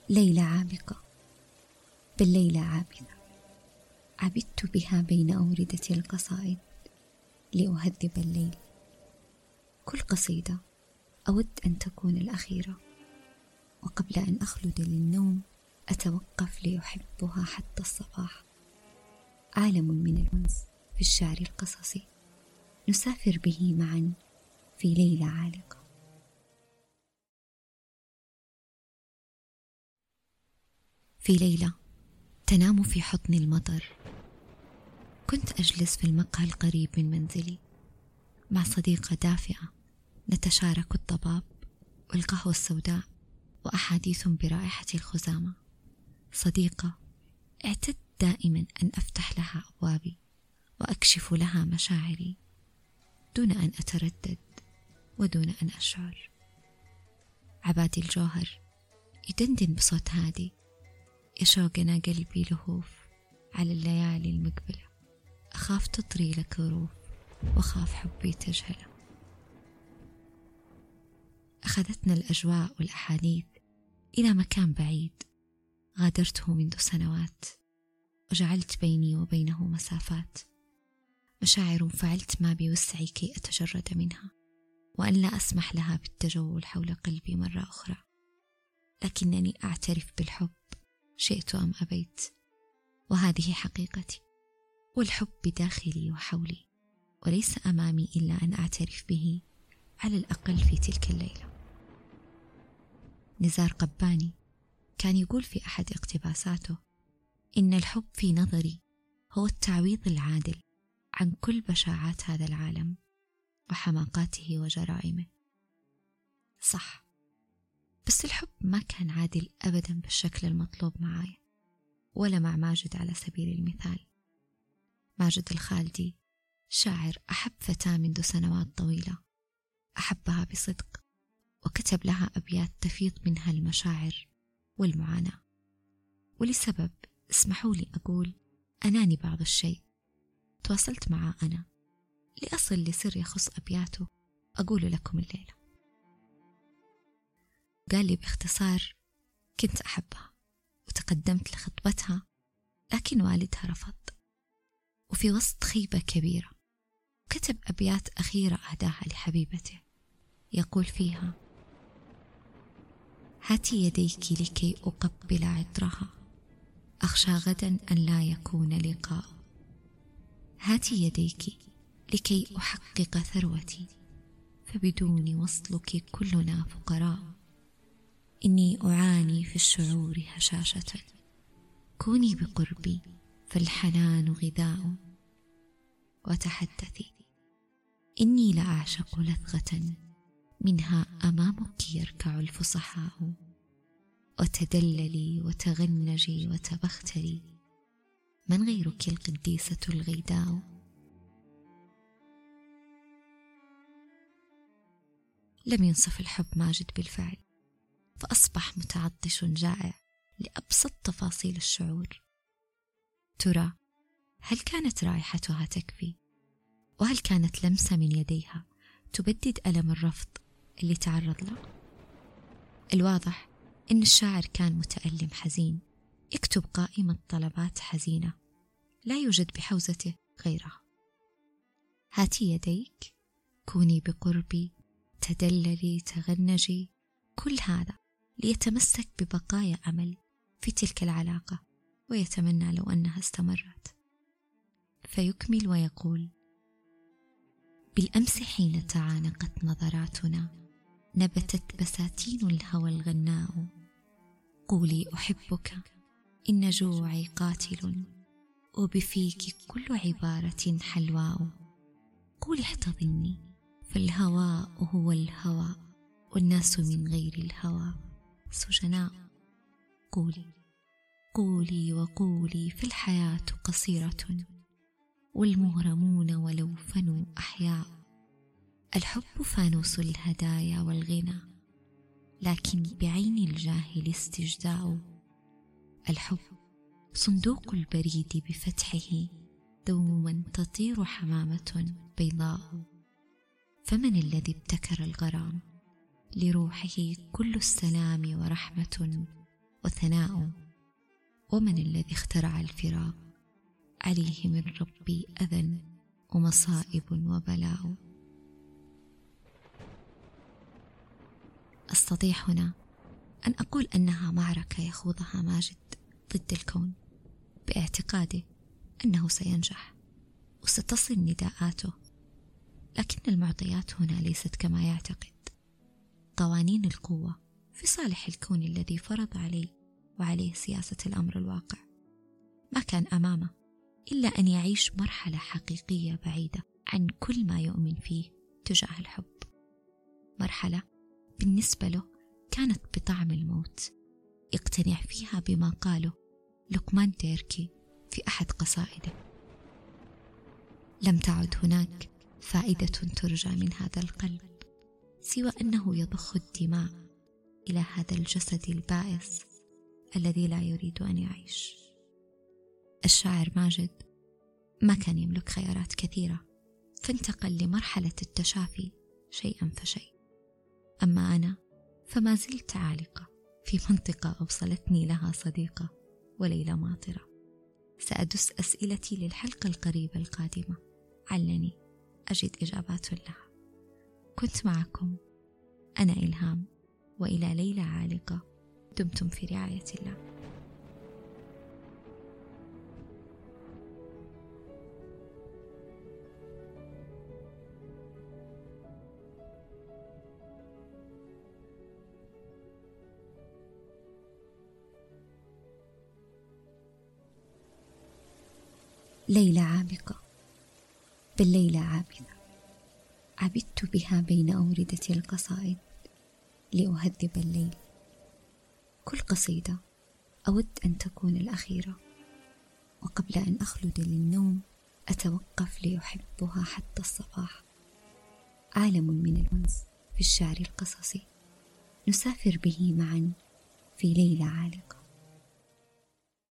ليلة عابقة، بل ليلة عابثة، عبثت بها بين أوردة القصائد لأهذب الليل. كل قصيدة أود أن تكون الأخيرة، وقبل أن أخلد للنوم أتوقف لأحبها حتى الصباح. عالم من الأنس في الشعر القصصي نسافر به معا في ليلة عالقة. في ليلة تنام في حضن المطر، كنت أجلس في المقهى القريب من منزلي مع صديقة دافئة، نتشارك الضباب والقهوة السوداء وأحاديث برائحة الخزامة. صديقة اعتدت دائما أن أفتح لها أبوابي وأكشف لها مشاعري دون أن أتردد ودون أن أشعر. عبادي الجوهر يدندن بصوت هادي، يشوقنا قلبي لهوف على الليالي المقبلة. أخاف تطري لك ظروف وخاف حبي تجهله. أخذتنا الأجواء والأحاديث إلى مكان بعيد غادرته منذ سنوات، وجعلت بيني وبينه مسافات. مشاعر فعلت ما بوسعي كي أتجرد منها، وأن لا أسمح لها بالتجول حول قلبي مرة أخرى. لكنني أعترف بالحب شئت أم أبيت، وهذه حقيقتي، والحب بداخلي وحولي، وليس أمامي إلا أن أعترف به على الأقل في تلك الليلة. نزار قباني كان يقول في أحد اقتباساته إن الحب في نظري هو التعويض العادل عن كل بشاعات هذا العالم وحماقاته وجرائمه. صح، بس الحب ما كان عادل أبدا بالشكل المطلوب معاي ولا مع ماجد على سبيل المثال. ماجد الخالدي شاعر أحب فتاة منذ سنوات طويلة، أحبها بصدق وكتب لها أبيات تفيض منها المشاعر والمعاناة. ولسبب اسمحوا لي أقول أناني بعض الشيء، تواصلت مع أنا لأصل لسر يخص أبياته أقول لكم الليلة. قال لي باختصار: كنت أحبها وتقدمت لخطبتها، لكن والدها رفض، وفي وسط خيبة كبيرة كتب أبيات أخيرة أهداها لحبيبته، يقول فيها: هاتي يديك لكي أقبل عطرها، أخشى غدا أن لا يكون لقاء. هاتي يديك لكي أحقق ثروتي، فبدون وصلك كلنا فقراء. إني أعاني في الشعور هشاشة، كوني بقربي فالحنان غذاء. وتحدثي، إني لأعشق لثغة منها أمامك يركع الفصحاء. وتدللي وتغنجي وتبختري، من غيرك القديسة الغيداء. لم ينصف الحب ماجد بالفعل، فأصبح متعطش جائع لأبسط تفاصيل الشعور. ترى هل كانت رائحتها تكفي؟ وهل كانت لمسة من يديها تبدد ألم الرفض اللي تعرض له؟ الواضح إن الشاعر كان متألم حزين، يكتب قائمة طلبات حزينة لا يوجد بحوزته غيرها. هاتي يديك، كوني بقربي، تدللي، تغنجي، كل هذا ليتمسك ببقايا أمل في تلك العلاقة، ويتمنى لو أنها استمرت. فيكمل ويقول: بالأمس حين تعانقت نظراتنا، نبتت بساتين الهوى الغناء. قولي أحبك إن جوعي قاتل، وبفيك كل عبارة حلواء. قولي احتضني فالهواء هو الهوى، والناس من غير الهوى سجناء. قولي قولي وقولي فالحياة قصيرة، والمغرمون ولو فنوا أحياء. الحب فانوس الهدايا والغنى، لكن بعين الجاهل استجداء. الحب صندوق البريد بفتحه، دوما تطير حمامة بيضاء. فمن الذي ابتكر الغرام؟ لروحه كل السلام ورحمة وثناء. ومن الذي اخترع الفراق؟ عليه من ربي أذى ومصائب وبلاء. أستطيع هنا أن أقول أنها معركة يخوضها ماجد ضد الكون، باعتقاده أنه سينجح وستصل نداءاته. لكن المعطيات هنا ليست كما يعتقد. قوانين القوة في صالح الكون الذي فرض عليه سياسة الأمر الواقع. ما كان أمامه إلا أن يعيش مرحلة حقيقية بعيدة عن كل ما يؤمن فيه تجاه الحب. مرحلة بالنسبة له كانت بطعم الموت، يقتنع فيها بما قاله لقمان تيركي في أحد قصائده: لم تعد هناك فائدة ترجى من هذا القلب سوى أنه يضخ الدماء إلى هذا الجسد البائس الذي لا يريد أن يعيش. الشاعر ماجد ما كان يملك خيارات كثيرة، فانتقل لمرحلة التشافي شيئا فشيء. أما أنا فما زلت عالقة في منطقة أوصلتني لها صديقة وليلة ماطرة. سأدس أسئلتي للحلقة القريبة القادمة، علني أجد إجابات لها. كنت معكم أنا إلهام، وإلى ليلة عالقة. دمتم في رعاية الله. ليلة عابقة، بل ليلة عابدة، عبدت بها بين أوردة القصائد لأهذب الليل. كل قصيدة أود أن تكون الأخيرة، وقبل أن أخلد للنوم أتوقف لأحبها حتى الصباح. عالم من الأنس في الشعر القصصي نسافر به معا في ليلة عالقة.